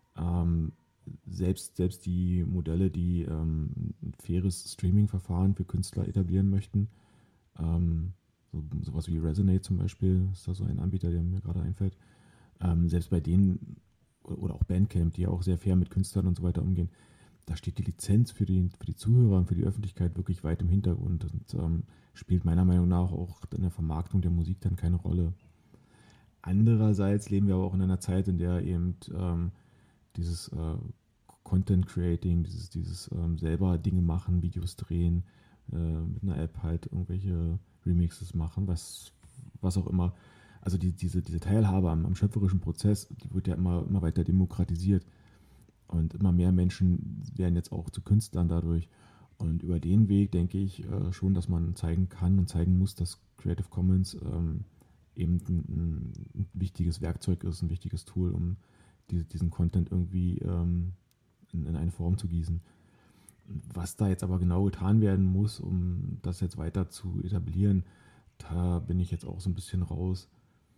selbst die Modelle, die ein faires Streaming-Verfahren für Künstler etablieren möchten, sowas wie Resonate zum Beispiel, ist da so ein Anbieter, der mir gerade einfällt, selbst bei denen, oder auch Bandcamp, die ja auch sehr fair mit Künstlern und so weiter umgehen, da steht die Lizenz für die Zuhörer und für die Öffentlichkeit wirklich weit im Hintergrund und spielt meiner Meinung nach auch in der Vermarktung der Musik dann keine Rolle. Andererseits leben wir aber auch in einer Zeit, in der eben dieses Content Creating, dieses selber Dinge machen, Videos drehen, mit einer App halt irgendwelche Remixes machen, was auch immer. Also diese Teilhabe am schöpferischen Prozess, die wird ja immer weiter demokratisiert. Und immer mehr Menschen werden jetzt auch zu Künstlern dadurch. Und über den Weg denke ich schon, dass man zeigen kann und zeigen muss, dass Creative Commons eben ein wichtiges Werkzeug ist, ein wichtiges Tool, um diesen Content irgendwie in eine Form zu gießen. Was da jetzt aber genau getan werden muss, um das jetzt weiter zu etablieren, da bin ich jetzt auch so ein bisschen raus.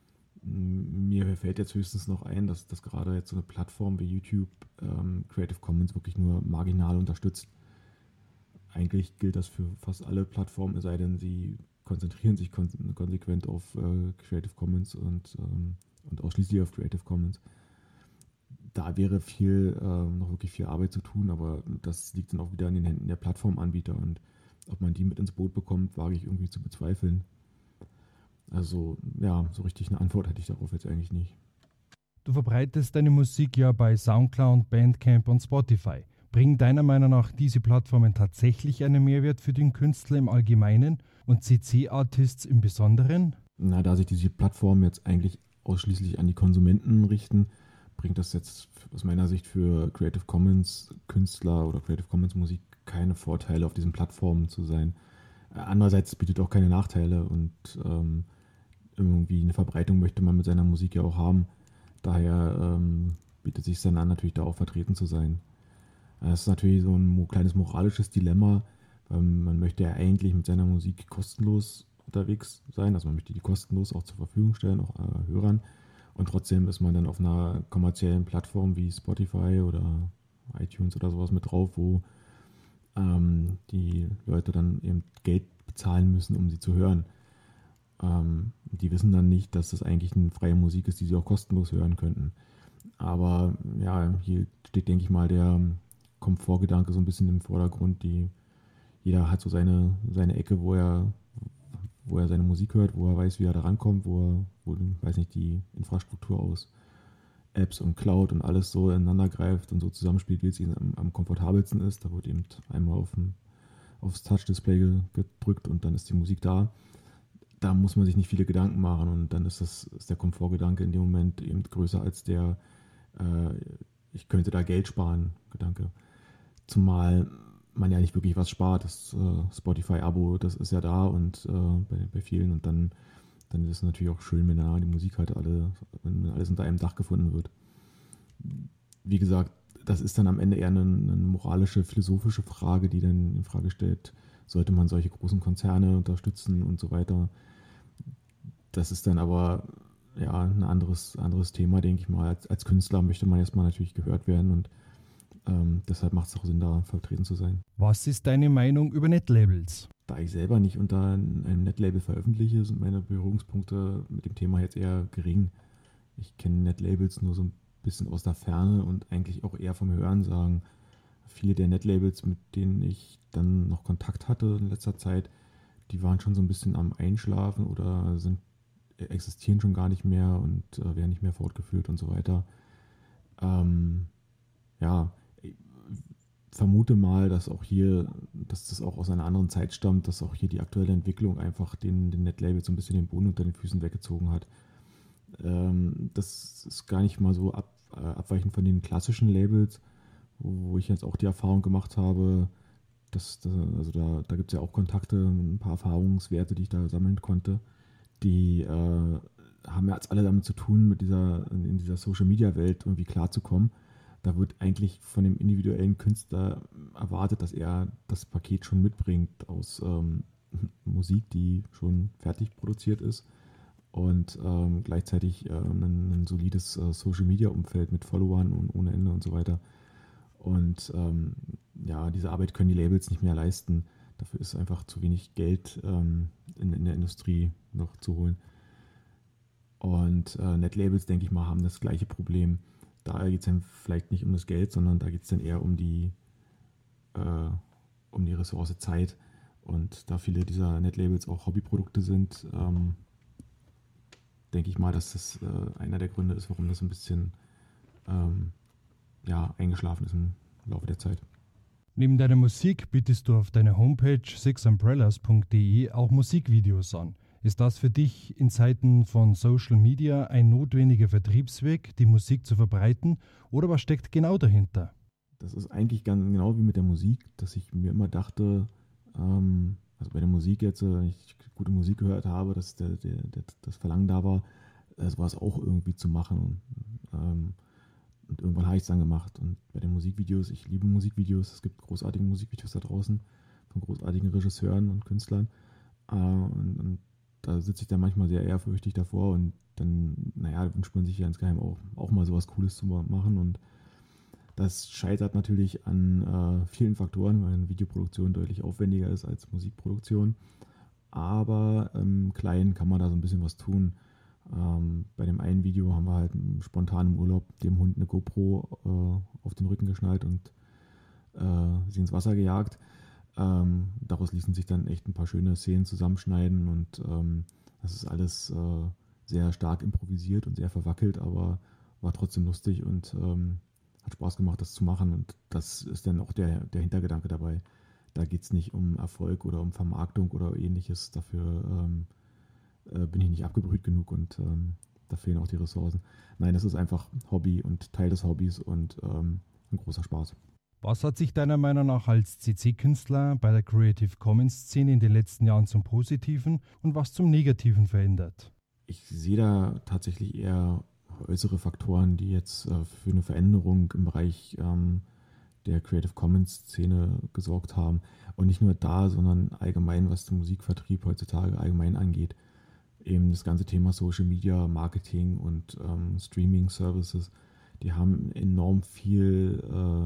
Mir fällt jetzt höchstens noch ein, dass gerade jetzt so eine Plattform wie YouTube Creative Commons wirklich nur marginal unterstützt. Eigentlich gilt das für fast alle Plattformen, es sei denn, sie konzentrieren sich konsequent auf Creative Commons und ausschließlich auf Creative Commons. Da wäre noch wirklich viel Arbeit zu tun, aber das liegt dann auch wieder in den Händen der Plattformanbieter und ob man die mit ins Boot bekommt, wage ich irgendwie zu bezweifeln. Also ja, so richtig eine Antwort hätte ich darauf jetzt eigentlich nicht. Du verbreitest deine Musik ja bei Soundcloud, Bandcamp und Spotify. Bringen deiner Meinung nach diese Plattformen tatsächlich einen Mehrwert für den Künstler im Allgemeinen und CC-Artists im Besonderen? Na, da sich diese Plattformen jetzt eigentlich ausschließlich an die Konsumenten richten, bringt das jetzt aus meiner Sicht für Creative Commons Künstler oder Creative Commons Musik keine Vorteile, auf diesen Plattformen zu sein. Andererseits bietet auch keine Nachteile und irgendwie eine Verbreitung möchte man mit seiner Musik ja auch haben. Daher bietet sich dann an, natürlich da auch vertreten zu sein. Das ist natürlich so ein kleines moralisches Dilemma. Man möchte ja eigentlich mit seiner Musik kostenlos unterwegs sein, also man möchte die kostenlos auch zur Verfügung stellen, auch Hörern. Und trotzdem ist man dann auf einer kommerziellen Plattform wie Spotify oder iTunes oder sowas mit drauf, wo die Leute dann eben Geld bezahlen müssen, um sie zu hören. Die wissen dann nicht, dass das eigentlich eine freie Musik ist, die sie auch kostenlos hören könnten. Aber ja, hier steht, denke ich mal, der Komfortgedanke so ein bisschen im Vordergrund. Jeder hat so seine Ecke, wo er seine Musik hört, wo er weiß, wie er da rankommt, wo weiß nicht, die Infrastruktur aus Apps und Cloud und alles so ineinander greift und so zusammenspielt, wie es ihnen am komfortabelsten ist. Da wird eben einmal aufs Touch-Display gedrückt und dann ist die Musik da. Da muss man sich nicht viele Gedanken machen und dann ist der Komfortgedanke in dem Moment eben größer als der ich könnte da Geld sparen Gedanke. Zumal man ja nicht wirklich was spart. Das Spotify-Abo, das ist ja da und bei vielen und dann ist es natürlich auch schön, wenn die Musik halt wenn alles unter einem Dach gefunden wird. Wie gesagt, das ist dann am Ende eher eine moralische, philosophische Frage, die dann in Frage stellt, sollte man solche großen Konzerne unterstützen und so weiter. Das ist dann aber ja ein anderes Thema, denke ich mal. Als Künstler möchte man erstmal natürlich gehört werden und deshalb macht es auch Sinn, da vertreten zu sein. Was ist deine Meinung über Netlabels? Da ich selber nicht unter einem Netlabel veröffentliche, sind meine Berührungspunkte mit dem Thema jetzt eher gering. Ich kenne Netlabels nur so ein bisschen aus der Ferne und eigentlich auch eher vom Hörensagen. Viele der Netlabels, mit denen ich dann noch Kontakt hatte in letzter Zeit, die waren schon so ein bisschen am Einschlafen oder existieren schon gar nicht mehr und werden nicht mehr fortgeführt und so weiter. Ja, ich vermute mal, dass das auch aus einer anderen Zeit stammt, dass auch hier die aktuelle Entwicklung einfach den Netlabel so ein bisschen den Boden unter den Füßen weggezogen hat. Das ist gar nicht mal so abweichend von den klassischen Labels, wo ich jetzt auch die Erfahrung gemacht habe, da gibt es ja auch Kontakte, ein paar Erfahrungswerte, die ich da sammeln konnte, die haben ja jetzt alle damit zu tun, in dieser Social-Media-Welt irgendwie klarzukommen. Da wird eigentlich von dem individuellen Künstler erwartet, dass er das Paket schon mitbringt aus Musik, die schon fertig produziert ist und gleichzeitig ein solides Social-Media-Umfeld mit Followern und ohne Ende und so weiter. Und diese Arbeit können die Labels nicht mehr leisten. Dafür ist einfach zu wenig Geld in der Industrie noch zu holen. Und Netlabels, denke ich mal, haben das gleiche Problem. Da geht es dann vielleicht nicht um das Geld, sondern da geht es dann eher um die Ressource Zeit. Und da viele dieser Netlabels auch Hobbyprodukte sind, denke ich mal, dass das einer der Gründe ist, warum das ein bisschen eingeschlafen ist im Laufe der Zeit. Neben deiner Musik bietest du auf deiner Homepage sixumbrellas.de auch Musikvideos an. Ist das für dich in Zeiten von Social Media ein notwendiger Vertriebsweg, die Musik zu verbreiten, oder was steckt genau dahinter? das ist eigentlich ganz genau wie mit der Musik, dass ich mir immer dachte, also bei der Musik jetzt, ich gute Musik gehört habe, dass das Verlangen da war, sowas auch irgendwie zu machen. Und irgendwann habe ich es dann gemacht. Und bei den Musikvideos, ich liebe Musikvideos, es gibt großartige Musikvideos da draußen von großartigen Regisseuren und Künstlern. Und da sitze ich dann manchmal sehr ehrfürchtig davor und dann, wünscht man sich ja insgeheim auch mal sowas Cooles zu machen. Und das scheitert natürlich an vielen Faktoren, weil eine Videoproduktion deutlich aufwendiger ist als Musikproduktion. Aber im Kleinen kann man da so ein bisschen was tun. Bei dem einen Video haben wir halt spontan im Urlaub dem Hund eine GoPro auf den Rücken geschnallt und sie ins Wasser gejagt. Daraus ließen sich dann echt ein paar schöne Szenen zusammenschneiden und das ist alles sehr stark improvisiert und sehr verwackelt, aber war trotzdem lustig und hat Spaß gemacht, das zu machen. Und das ist dann auch der Hintergedanke dabei. Da geht es nicht um Erfolg oder um Vermarktung oder ähnliches. Dafür bin ich nicht abgebrüht genug und da fehlen auch die Ressourcen. Nein, das ist einfach Hobby und Teil des Hobbys und ein großer Spaß. Was hat sich deiner Meinung nach als CC-Künstler bei der Creative Commons-Szene in den letzten Jahren zum Positiven und was zum Negativen verändert? Ich sehe da tatsächlich eher äußere Faktoren, die jetzt für eine Veränderung im Bereich der Creative Commons-Szene gesorgt haben. Und nicht nur da, sondern allgemein, was den Musikvertrieb heutzutage allgemein angeht. Eben das ganze Thema Social Media, Marketing und Streaming-Services, die haben enorm viel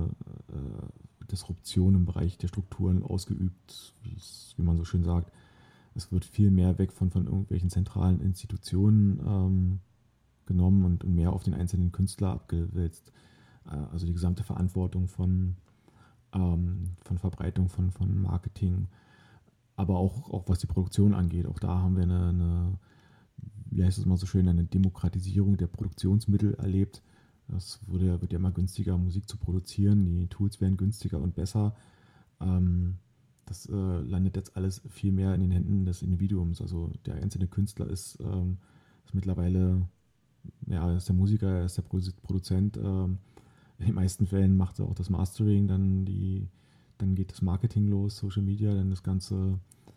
Disruption im Bereich der Strukturen ausgeübt, wie man so schön sagt. Es wird viel mehr weg von irgendwelchen zentralen Institutionen genommen und mehr auf den einzelnen Künstler abgewälzt. Also die gesamte Verantwortung von Verbreitung von Marketing, aber auch was die Produktion angeht. Auch da haben wir eine wie heißt es mal so schön, eine Demokratisierung der Produktionsmittel erlebt. Das wird ja immer günstiger, Musik zu produzieren. Die Tools werden günstiger und besser. Das landet jetzt alles viel mehr in den Händen des Individuums. Also der einzelne Künstler ist mittlerweile, ist der Musiker, er ist der Produzent. In den meisten Fällen macht er auch das Mastering, dann geht das Marketing los, Social Media, dann das ganze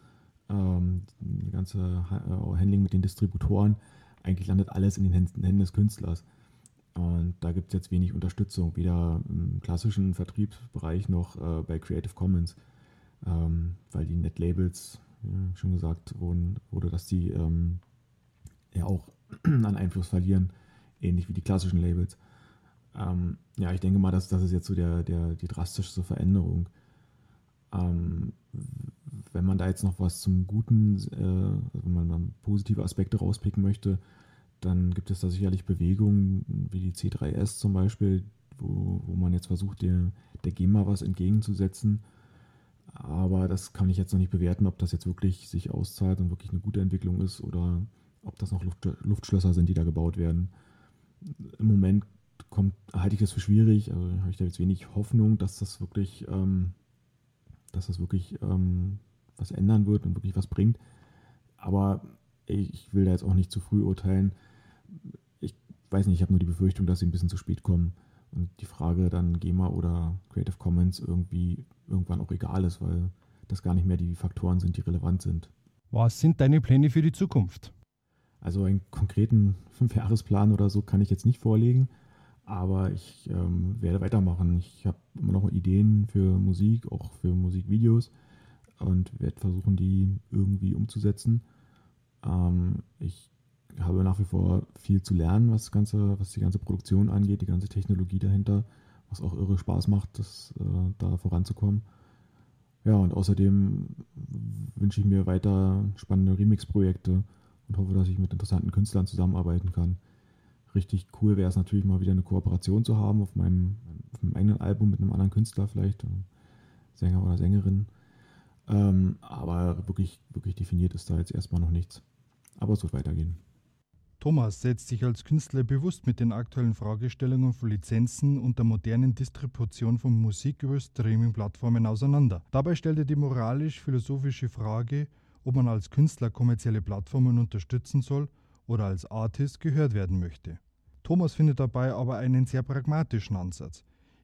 Handling mit den Distributoren. Eigentlich landet alles in den Händen des Künstlers. Und da gibt es jetzt wenig Unterstützung, weder im klassischen Vertriebsbereich noch bei Creative Commons, weil die Netlabels, schon gesagt wurde, dass die auch an Einfluss verlieren, ähnlich wie die klassischen Labels. Ich denke mal, das ist jetzt so die drastischste Veränderung. Wenn man da jetzt noch was zum Guten, wenn man dann positive Aspekte rauspicken möchte, dann gibt es da sicherlich Bewegungen wie die C3S zum Beispiel, wo man jetzt versucht, der GEMA was entgegenzusetzen. Aber das kann ich jetzt noch nicht bewerten, ob das jetzt wirklich sich auszahlt und wirklich eine gute Entwicklung ist oder ob das noch Luftschlösser sind, die da gebaut werden. Im Moment halte ich das für schwierig, also habe ich da jetzt wenig Hoffnung, dass das wirklich was ändern wird und wirklich was bringt. Aber ich will da jetzt auch nicht zu früh urteilen. Ich weiß nicht, ich habe nur die Befürchtung, dass sie ein bisschen zu spät kommen und die Frage dann GEMA oder Creative Commons irgendwann auch egal ist, weil das gar nicht mehr die Faktoren sind, die relevant sind. Was sind deine Pläne für die Zukunft? Also einen konkreten 5-Jahresplan oder so kann ich jetzt nicht vorlegen, aber ich werde weitermachen. Ich habe immer noch Ideen für Musik, auch für Musikvideos und werde versuchen, die irgendwie umzusetzen. Ich habe nach wie vor viel zu lernen, was die ganze Produktion angeht, die ganze Technologie dahinter, was auch irre Spaß macht, da voranzukommen. Ja, und außerdem wünsche ich mir weiter spannende Remix-Projekte und hoffe, dass ich mit interessanten Künstlern zusammenarbeiten kann. Richtig cool wäre es natürlich mal wieder eine Kooperation zu haben auf meinem eigenen Album mit einem anderen Künstler vielleicht, Sänger oder Sängerin. Aber wirklich, wirklich definiert ist da jetzt erstmal noch nichts. Aber es wird weitergehen. Thomas setzt sich als Künstler bewusst mit den aktuellen Fragestellungen von Lizenzen und der modernen Distribution von Musik über Streaming-Plattformen auseinander. Dabei stellt er die moralisch-philosophische Frage, ob man als Künstler kommerzielle Plattformen unterstützen soll oder als Artist gehört werden möchte. Thomas findet dabei aber einen sehr pragmatischen Ansatz.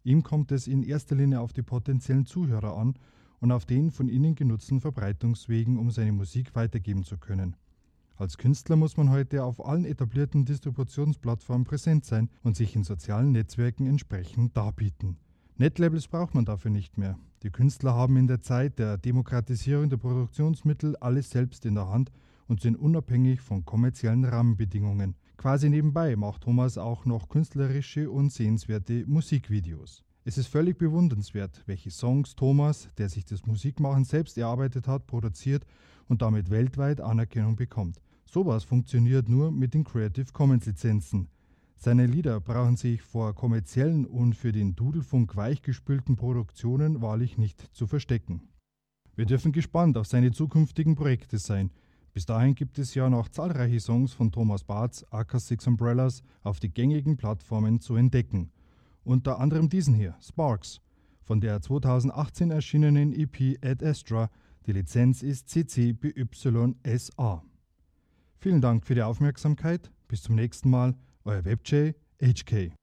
Ihm kommt es in erster Linie auf die potenziellen Zuhörer an und auf den von ihnen genutzten Verbreitungswegen, um seine Musik weitergeben zu können. Als Künstler muss man heute auf allen etablierten Distributionsplattformen präsent sein und sich in sozialen Netzwerken entsprechend darbieten. Netlabels braucht man dafür nicht mehr. Die Künstler haben in der Zeit der Demokratisierung der Produktionsmittel alles selbst in der Hand und sind unabhängig von kommerziellen Rahmenbedingungen. Quasi nebenbei macht Thomas auch noch künstlerische und sehenswerte Musikvideos. Es ist völlig bewundernswert, welche Songs Thomas, der sich das Musikmachen selbst erarbeitet hat, produziert und damit weltweit Anerkennung bekommt. Sowas funktioniert nur mit den Creative Commons Lizenzen. Seine Lieder brauchen sich vor kommerziellen und für den Dudelfunk weichgespülten Produktionen wahrlich nicht zu verstecken. Wir dürfen gespannt auf seine zukünftigen Projekte sein. Bis dahin gibt es ja noch zahlreiche Songs von Thomas Bartz, aka Six Umbrellas, auf die gängigen Plattformen zu entdecken. Unter anderem diesen hier, Sparks, von der 2018 erschienenen EP Ad Astra. Die Lizenz ist CC BY SA. Vielen Dank für die Aufmerksamkeit. Bis zum nächsten Mal. Euer WebJ HK.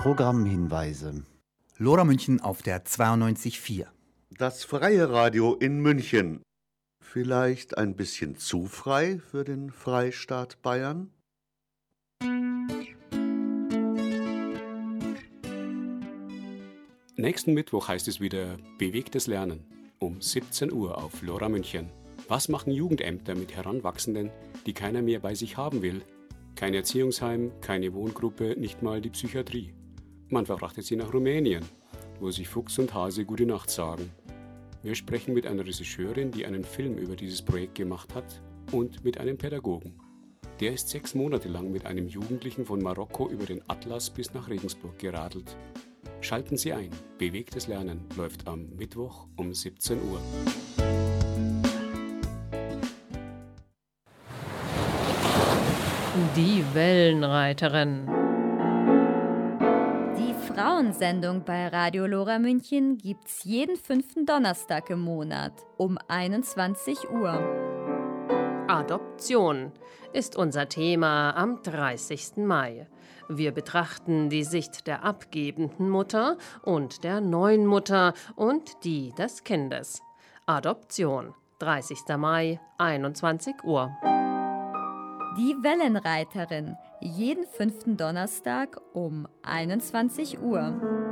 Programmhinweise. Lora München auf der 92.4. Das freie Radio in München. Vielleicht ein bisschen zu frei für den Freistaat Bayern? Nächsten Mittwoch heißt es wieder Bewegtes Lernen um 17 Uhr auf Lora München. Was machen Jugendämter mit Heranwachsenden, die keiner mehr bei sich haben will? Kein Erziehungsheim, keine Wohngruppe, nicht mal die Psychiatrie. Man verfrachtet sie nach Rumänien, wo sich Fuchs und Hase gute Nacht sagen. Wir sprechen mit einer Regisseurin, die einen Film über dieses Projekt gemacht hat, und mit einem Pädagogen. Der ist 6 Monate lang mit einem Jugendlichen von Marokko über den Atlas bis nach Regensburg geradelt. Schalten Sie ein. Bewegtes Lernen läuft am Mittwoch um 17 Uhr. Die Wellenreiterin. Die Frauensendung bei Radio Lora München gibt's jeden 5. Donnerstag im Monat um 21 Uhr. Adoption ist unser Thema am 30. Mai. Wir betrachten die Sicht der abgebenden Mutter und der neuen Mutter und die des Kindes. Adoption, 30. Mai, 21 Uhr. Die Wellenreiterin, jeden 5. Donnerstag um 21 Uhr.